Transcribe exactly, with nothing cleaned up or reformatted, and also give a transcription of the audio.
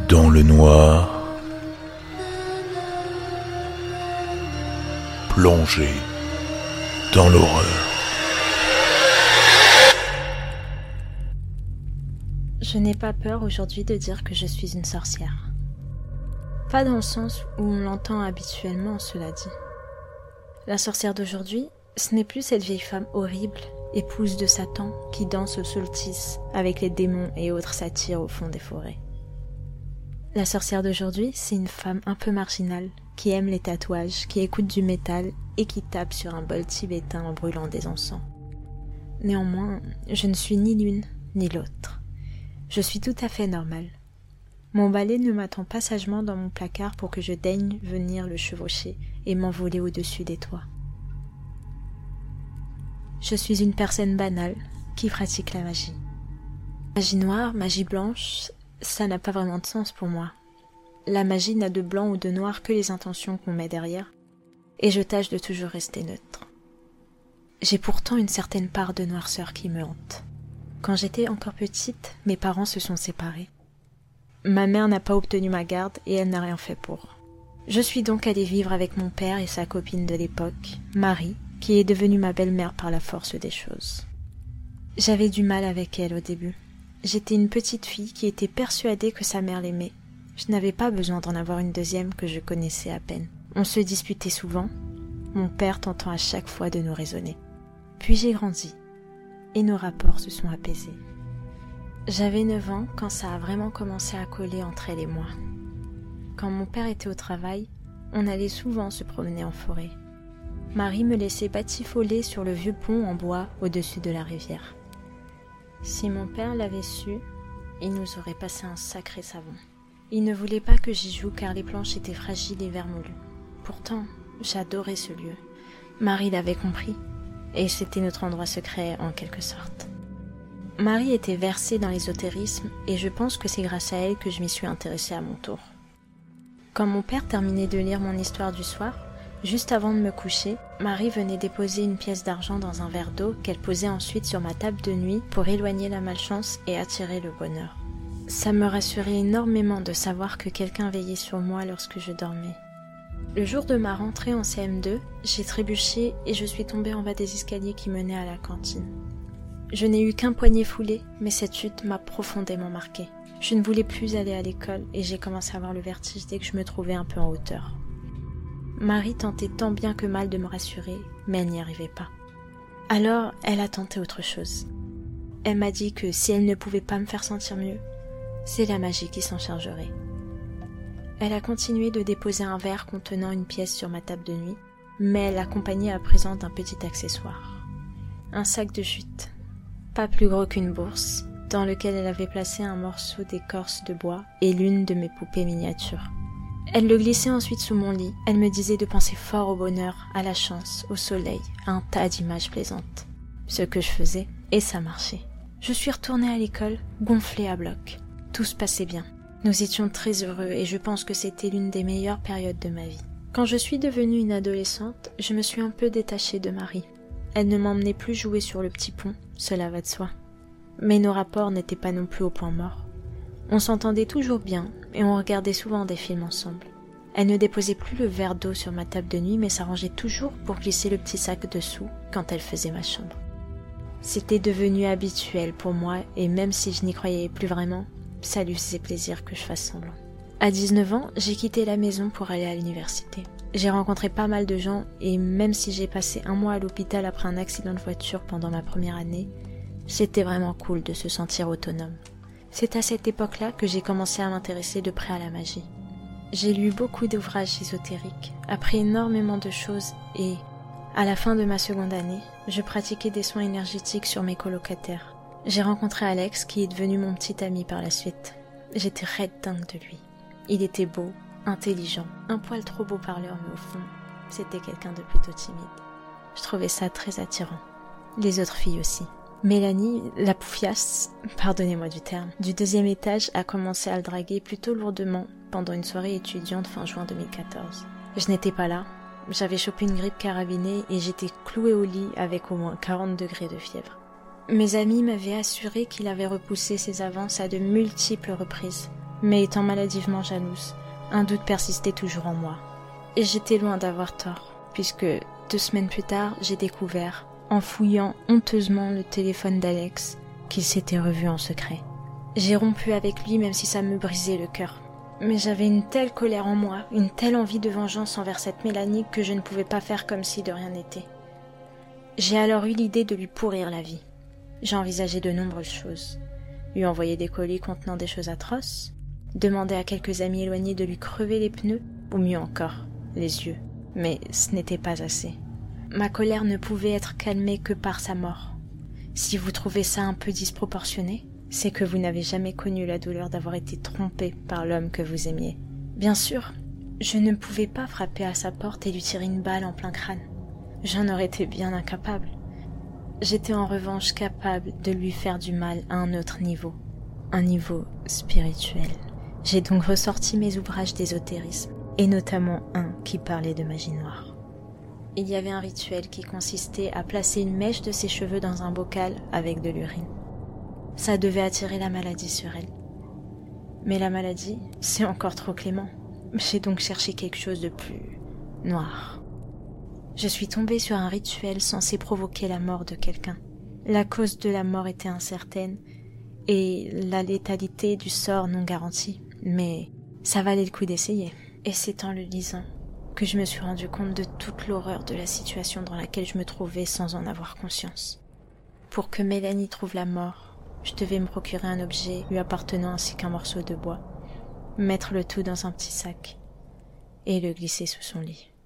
dans le noir, plongé dans l'horreur. Je n'ai pas peur aujourd'hui de dire que je suis une sorcière. Pas dans le sens où on l'entend habituellement, cela dit. La sorcière d'aujourd'hui, ce n'est plus cette vieille femme horrible, épouse de Satan, qui danse au solstice avec les démons et autres satyres au fond des forêts. La sorcière d'aujourd'hui, c'est une femme un peu marginale, qui aime les tatouages, qui écoute du métal et qui tape sur un bol tibétain en brûlant des encens. Néanmoins, je ne suis ni l'une ni l'autre. Je suis tout à fait normale. Mon balai ne m'attend pas sagement dans mon placard pour que je daigne venir le chevaucher et m'envoler au-dessus des toits. Je suis une personne banale qui pratique la magie. Magie noire, magie blanche, ça n'a pas vraiment de sens pour moi. La magie n'a de blanc ou de noir que les intentions qu'on met derrière, et je tâche de toujours rester neutre. J'ai pourtant une certaine part de noirceur qui me hante. Quand j'étais encore petite, mes parents se sont séparés. Ma mère n'a pas obtenu ma garde et elle n'a rien fait pour. Je suis donc allée vivre avec mon père et sa copine de l'époque, Marie, qui est devenue ma belle-mère par la force des choses. J'avais du mal avec elle au début. J'étais une petite fille qui était persuadée que sa mère l'aimait. Je n'avais pas besoin d'en avoir une deuxième que je connaissais à peine. On se disputait souvent, mon père tentant à chaque fois de nous raisonner. Puis j'ai grandi, et nos rapports se sont apaisés. J'avais neuf ans quand ça a vraiment commencé à coller entre elle et moi. Quand mon père était au travail, on allait souvent se promener en forêt. Marie me laissait batifoler sur le vieux pont en bois au-dessus de la rivière. Si mon père l'avait su, il nous aurait passé un sacré savon. Il ne voulait pas que j'y joue car les planches étaient fragiles et vermoulues. Pourtant, j'adorais ce lieu. Marie l'avait compris, et c'était notre endroit secret en quelque sorte. Marie était versée dans l'ésotérisme et je pense que c'est grâce à elle que je m'y suis intéressée à mon tour. Quand mon père terminait de lire mon histoire du soir, juste avant de me coucher, Marie venait déposer une pièce d'argent dans un verre d'eau qu'elle posait ensuite sur ma table de nuit pour éloigner la malchance et attirer le bonheur. Ça me rassurait énormément de savoir que quelqu'un veillait sur moi lorsque je dormais. Le jour de ma rentrée en C M deux, j'ai trébuché et je suis tombée en bas des escaliers qui menaient à la cantine. Je n'ai eu qu'un poignet foulé, mais cette chute m'a profondément marquée. Je ne voulais plus aller à l'école et j'ai commencé à avoir le vertige dès que je me trouvais un peu en hauteur. Marie tentait tant bien que mal de me rassurer, mais elle n'y arrivait pas. Alors, elle a tenté autre chose. Elle m'a dit que si elle ne pouvait pas me faire sentir mieux, c'est la magie qui s'en chargerait. Elle a continué de déposer un verre contenant une pièce sur ma table de nuit, mais elle l'accompagnait à présent d'un petit accessoire. Un sac de jute, pas plus gros qu'une bourse, dans lequel elle avait placé un morceau d'écorce de bois et l'une de mes poupées miniatures. Elle le glissait ensuite sous mon lit. Elle me disait de penser fort au bonheur, à la chance, au soleil, à un tas d'images plaisantes. Ce que je faisais, et ça marchait. Je suis retournée à l'école, gonflée à bloc. Tout se passait bien. Nous étions très heureux et je pense que c'était l'une des meilleures périodes de ma vie. Quand je suis devenue une adolescente, je me suis un peu détachée de Marie. Elle ne m'emmenait plus jouer sur le petit pont, cela va de soi. Mais nos rapports n'étaient pas non plus au point mort. On s'entendait toujours bien et on regardait souvent des films ensemble. Elle ne déposait plus le verre d'eau sur ma table de nuit mais s'arrangeait toujours pour glisser le petit sac dessous quand elle faisait ma chambre. C'était devenu habituel pour moi et même si je n'y croyais plus vraiment, ça lui faisait plaisir que je fasse semblant. À dix-neuf ans, j'ai quitté la maison pour aller à l'université. J'ai rencontré pas mal de gens et même si j'ai passé un mois à l'hôpital après un accident de voiture pendant ma première année, c'était vraiment cool de se sentir autonome. C'est à cette époque-là que j'ai commencé à m'intéresser de près à la magie. J'ai lu beaucoup d'ouvrages ésotériques, appris énormément de choses et, à la fin de ma seconde année, je pratiquais des soins énergétiques sur mes colocataires. J'ai rencontré Alex qui est devenu mon petit ami par la suite. J'étais raide dingue de lui. Il était beau, intelligent, un poil trop beau parleur mais au fond, c'était quelqu'un de plutôt timide. Je trouvais ça très attirant. Les autres filles aussi. Mélanie, la poufiasse, pardonnez-moi du terme, du deuxième étage a commencé à le draguer plutôt lourdement pendant une soirée étudiante fin juin deux mille quatorze. Je n'étais pas là, j'avais chopé une grippe carabinée et j'étais clouée au lit avec au moins quarante degrés de fièvre. Mes amis m'avaient assuré qu'il avait repoussé ses avances à de multiples reprises, Mais étant maladivement jalouse, un doute persistait toujours en moi. Et j'étais loin d'avoir tort, puisque deux semaines plus tard, j'ai découvert, en fouillant honteusement le téléphone d'Alex, qu'il s'était revu en secret. J'ai rompu avec lui même si ça me brisait le cœur. Mais j'avais une telle colère en moi, une telle envie de vengeance envers cette Mélanie que je ne pouvais pas faire comme si de rien n'était. J'ai alors eu l'idée de lui pourrir la vie. J'ai envisagé de nombreuses choses. Lui envoyer des colis contenant des choses atroces, demander à quelques amis éloignés de lui crever les pneus, ou mieux encore, les yeux. Mais ce n'était pas assez. Ma colère ne pouvait être calmée que par sa mort. Si vous trouvez ça un peu disproportionné, c'est que vous n'avez jamais connu la douleur d'avoir été trompé par l'homme que vous aimiez. Bien sûr, je ne pouvais pas frapper à sa porte et lui tirer une balle en plein crâne. J'en aurais été bien incapable. J'étais en revanche capable de lui faire du mal à un autre niveau, un niveau spirituel. J'ai donc ressorti mes ouvrages d'ésotérisme, et notamment un qui parlait de magie noire. Il y avait un rituel qui consistait à placer une mèche de ses cheveux dans un bocal avec de l'urine. Ça devait attirer la maladie sur elle. Mais la maladie, c'est encore trop clément. J'ai donc cherché quelque chose de plus noir. Je suis tombée sur un rituel censé provoquer la mort de quelqu'un. La cause de la mort était incertaine et la létalité du sort non garantie. Mais ça valait le coup d'essayer. Et c'est en le lisant que je me suis rendu compte de toute l'horreur de la situation dans laquelle je me trouvais sans en avoir conscience. Pour que Mélanie trouve la mort, je devais me procurer un objet lui appartenant ainsi qu'un morceau de bois, mettre le tout dans un petit sac et le glisser sous son lit.